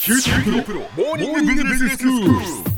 九プロモーニングビジネススクール。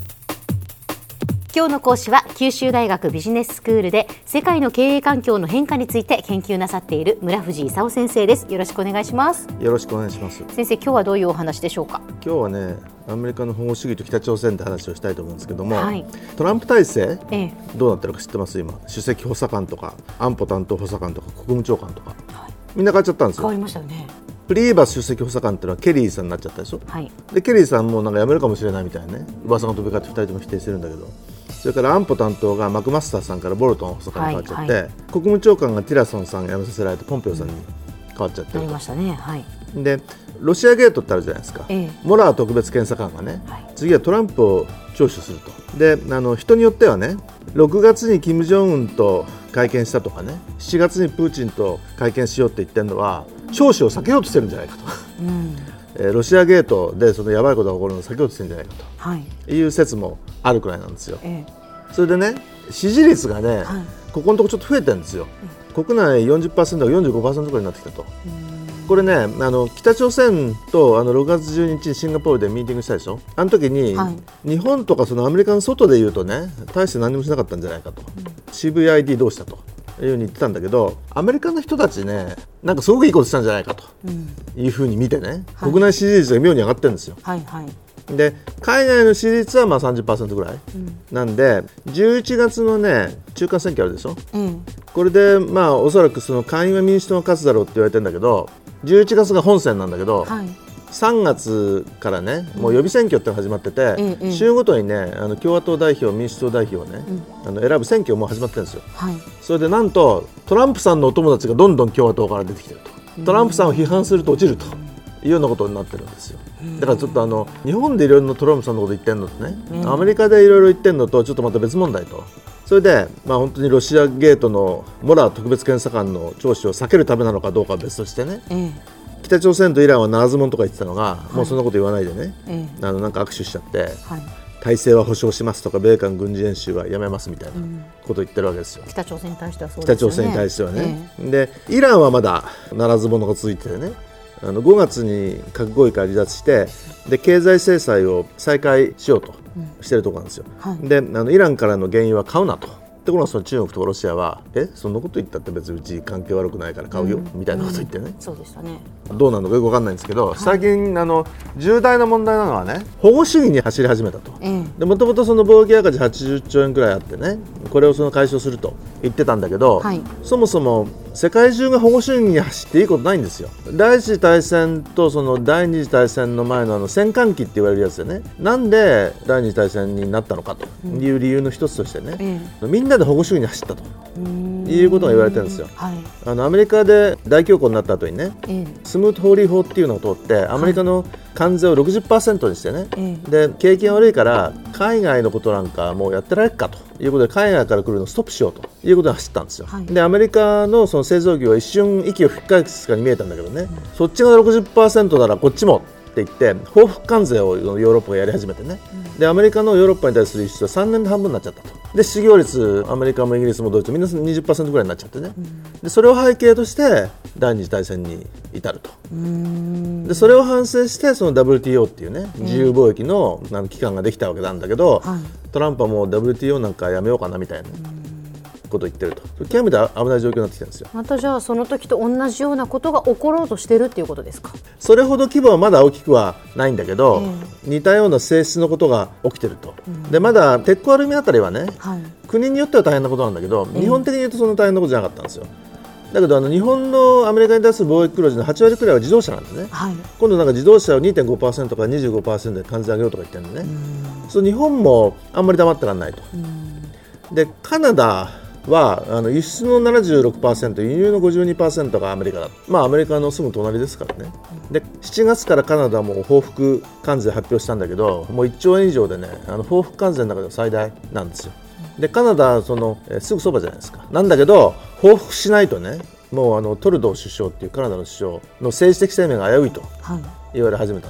今日の講師は九州大学ビジネススクールで世界の経営環境の変化について研究なさっている村藤勲先生です。よろしくお願いします。 よろしくお願いします。 先生、今日はどういうお話でしょうか？ 今日はね、アメリカの保護主義と北朝鮮って話をしたいと思うんですけども、 はい、 トランプ体制、どうなってるか知ってます？今首席補佐官とか安保担当補佐官とか国務長官とか、みんな変わっちゃったんですよ。 変わりましたよね。 プリーバス首席補佐官っていうのはケリーさんになっちゃったでしょ、はい、でケリーさんもなんか辞めるかもしれないみたいなね噂が飛び交って2人とも否定してるんだけど、それから安保担当がマクマスターさんからボルトン補佐官に変わっちゃって、国務長官がティラソンさんが辞めさせられてポンペオさんに変わっちゃってると、 なりましたね。はい、 でロシアゲートってあるじゃないですか、モラー特別検査官がね、次はトランプを聴取すると。で人によってはね、6月に金正恩と会見したとかね、7月にプーチンと会見しようって言ってるのは聴取を避けようとしてるんじゃないかと、ロシアゲートでそのやばいことが起こるのを避けようとしてるんじゃないかと、いう説もあるくらいなんですよ。それでね、支持率がね、ここのところちょっと増えてるんですよ。国内 40% が 45% くらいになってきたと。これね、北朝鮮と6月12日にシンガポールでミーティングしたでしょ。あの時に、日本とかそのアメリカの外で言うとね、大して何もしなかったんじゃないかと、CVID どうしたというふうに言ってたんだけど、アメリカの人たちね、なんかすごくいいことしたんじゃないかというふうに見てね、国内支持率が妙に上がってるんですよ。で海外の支持率はまあ 30% ぐらい、なんで11月のね中間選挙あるでしょ、これでまあおそらくその下院は民主党が勝つだろうって言われてるんだけど、11月が本選なんだけど、3月からねもう予備選挙ってのが始まってて、州ごとにね共和党代表民主党代表をね、選ぶ選挙も始まってるんですよ。それでなんとトランプさんのお友達がどんどん共和党から出てきてると、トランプさんを批判すると落ちるというようなことになってるんですよ。だからちょっと日本でいろいろなトランプさんのこと言ってるのとね、アメリカでいろいろ言ってるのとちょっとまた別問題と。それで、本当にロシアゲートのモラー特別検査官の聴取を避けるためなのかどうかは別としてね、北朝鮮とイランはナーズモンとか言ってたのが、もうそんなこと言わないでね、なんか握手しちゃって、体制は保障しますとか米韓軍事演習はやめますみたいなことを言ってるわけですよ。 北朝鮮に対してはそうですよね。 北朝鮮に対してはね、でイランはまだならず者が続いててね、5月に核合意から離脱してで経済制裁を再開しようとしてるところなんですよ。でイランからの原油は買うなと。ところがその中国とかロシアはそんなこと言ったって別にうち関係悪くないから買うよ、みたいなこと言ってね、 そうでしたね。 どうなのかよく分かんないんですけど、最近重大な問題なのはね、保護主義に走り始めたと。でもともとその貿易赤字80兆円くらいあってね、これをその解消すると言ってたんだけど、そもそも世界中が保護主義に走っていいことないんですよ。第一次大戦とその第二次大戦の前の戦艦期って言われるやつでね、なんで第二次大戦になったのかという理由の一つとしてね、みんなで保護主義に走ったということが言われてるんですよ。アメリカで大恐慌になった後にね、スムート法理法っていうのを通ってアメリカの関税を 60% にしてね、で景気が悪いから海外のことなんかもうやってられるかということで海外から来るのをストップしようということで走ったんですよ。でアメリカのその製造業は一瞬息を吹き返すかに見えたんだけどね、そっちが 60% ならこっちもって言って報復関税をヨーロッパがやり始めてね、でアメリカのヨーロッパに対する輸出は3年で半分になっちゃったと。で失業率アメリカもイギリスもドイツもみんな 20% ぐらいになっちゃってね、でそれを背景として第二次大戦に至ると。でそれを反省してその WTO っていうね自由貿易の機関ができたわけなんだけど、トランプはもう WTO なんかやめようかなみたいなことを言ってると。極めて危ない状況になってきてるんですよ。 またじゃあその時と同じようなことが起ころうとしてるっていうことですか？ それほど規模はまだ大きくはないんだけど、似たような性質のことが起きてると。でまだ鉄鋼アルミあたりはね、国によっては大変なことなんだけど、日本的に言うとそんな大変なことじゃなかったんですよ。だけど日本のアメリカに対する貿易黒字の8割くらいは自動車なんですね。今度なんか自動車を 2.5% から 25% で関税上げようとか言ってるのね。そう日本もあんまり黙ってらんないと。でカナダは輸出の 76%、輸入の 52% がアメリカだ。アメリカのすぐ隣ですからね。で7月からカナダも報復関税発表したんだけど、もう1兆円以上でね報復関税の中では最大なんですよ。でカナダすぐそばじゃないですか。なんだけど報復しないとね、もうトルドー首相っていうカナダの首相の政治的生命が危ういと言われ始めたんですよ。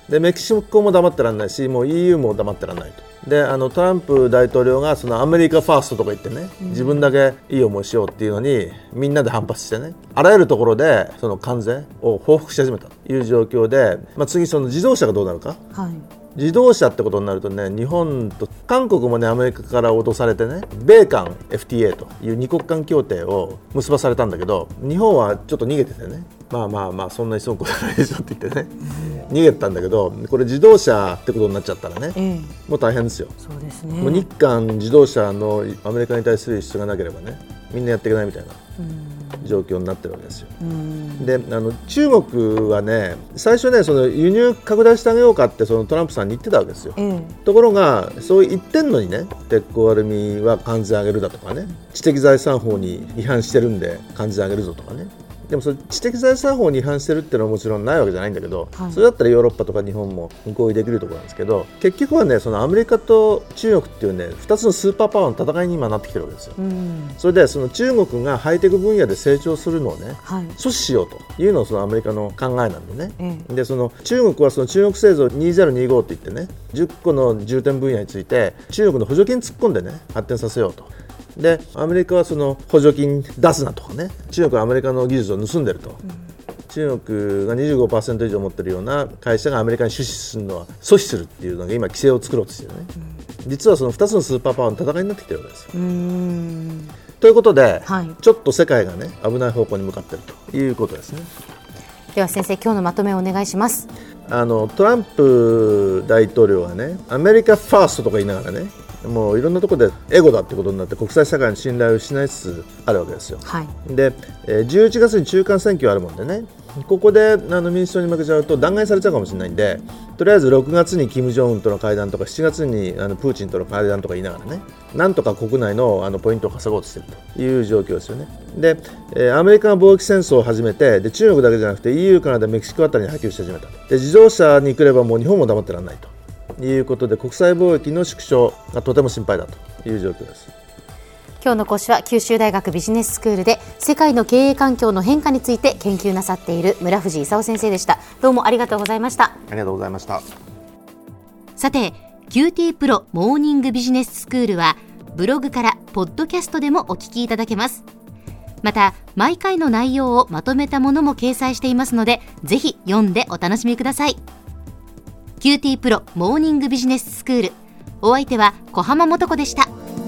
でメキシコも黙ってらんないし、もう EU も黙ってらんないと。でトランプ大統領がそのアメリカファーストとか言ってね、自分だけいい思いしようっていうのにみんなで反発してね、あらゆるところでその関税を報復し始めたという状況で、次その自動車がどうなるか、自動車ってことになるとね、日本と韓国もねアメリカから脅されてね、米韓 FTA という二国間協定を結ばされたんだけど、日本はちょっと逃げててね、まあそんなに損こじゃないでしょって言ってね逃げてたんだけど、これ自動車ってことになっちゃったらね、もう大変ですよ。 そうですね。 もう日韓自動車のアメリカに対する輸出がなければね、みんなやっていけないみたいな状況になってるわけですよ。で中国はね、最初ねその輸入拡大してあげようかってそのトランプさんに言ってたわけですよ。ところがそう言ってんのにね、鉄鋼アルミは関税上げるだとかね、知的財産法に違反してるんで関税上げるぞとかね。でもそれ知的財産法に違反してるっていうのはもちろんないわけじゃないんだけど、それだったらヨーロッパとか日本も合意できるところなんですけど、結局はねそのアメリカと中国っていうね2つのスーパーパワーの戦いに今なってきてるわけですよ。それでその中国がハイテク分野で成長するのをね、阻止しようというのがそのアメリカの考えなんでね、でその中国はその中国製造2025って言ってね、10個の重点分野について中国の補助金突っ込んでね発展させようと。でアメリカはその補助金出すなとかね、中国はアメリカの技術を盗んでると、中国が 25% 以上持ってるような会社がアメリカに出資するのは阻止するっていうのが今規制を作ろうとしてるね、実はその2つのスーパーパワーの戦いになってきてるわけですよ。ということで、ちょっと世界がね危ない方向に向かっているということですね。 では先生、今日のまとめをお願いします。 トランプ大統領はね、アメリカファーストとか言いながらね、もういろんなところでエゴだってことになって国際社会の信頼を失いつつあるわけですよ。で11月に中間選挙あるもんでね、ここで民主党に負けちゃうと弾劾されちゃうかもしれないんで、とりあえず6月に金正恩との会談とか7月にプーチンとの会談とか言いながらね、なんとか国内のポイントを稼ごうとしているという状況ですよね。でアメリカが貿易戦争を始めて、で中国だけじゃなくて EU、カナダ、メキシコあたりに波及し始めたと。で自動車に来ればもう日本も黙ってらんないということで、国際貿易の縮小がとても心配だという状況です。 今日の講師は九州大学ビジネススクールで世界の経営環境の変化について研究なさっている村藤勲先生でした。どうもありがとうございました。 ありがとうございました。 さて QT プロモーニングビジネススクールはブログからポッドキャストでもお聞きいただけます。また毎回の内容をまとめたものも掲載していますので、ぜひ読んでお楽しみください。QT プロモーニングビジネススクール、お相手は小浜もとこでした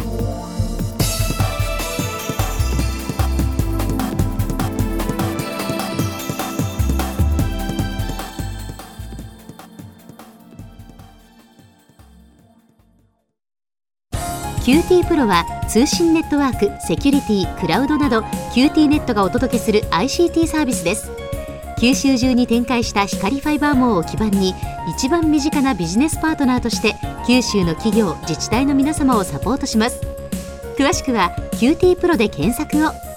。QT プロは通信ネットワーク、セキュリティ、クラウドなど QT ネットがお届けする ICT サービスです。九州中に展開した光ファイバー網を基盤に一番身近なビジネスパートナーとして九州の企業、自治体の皆様をサポートします。詳しくは QT プロで検索を。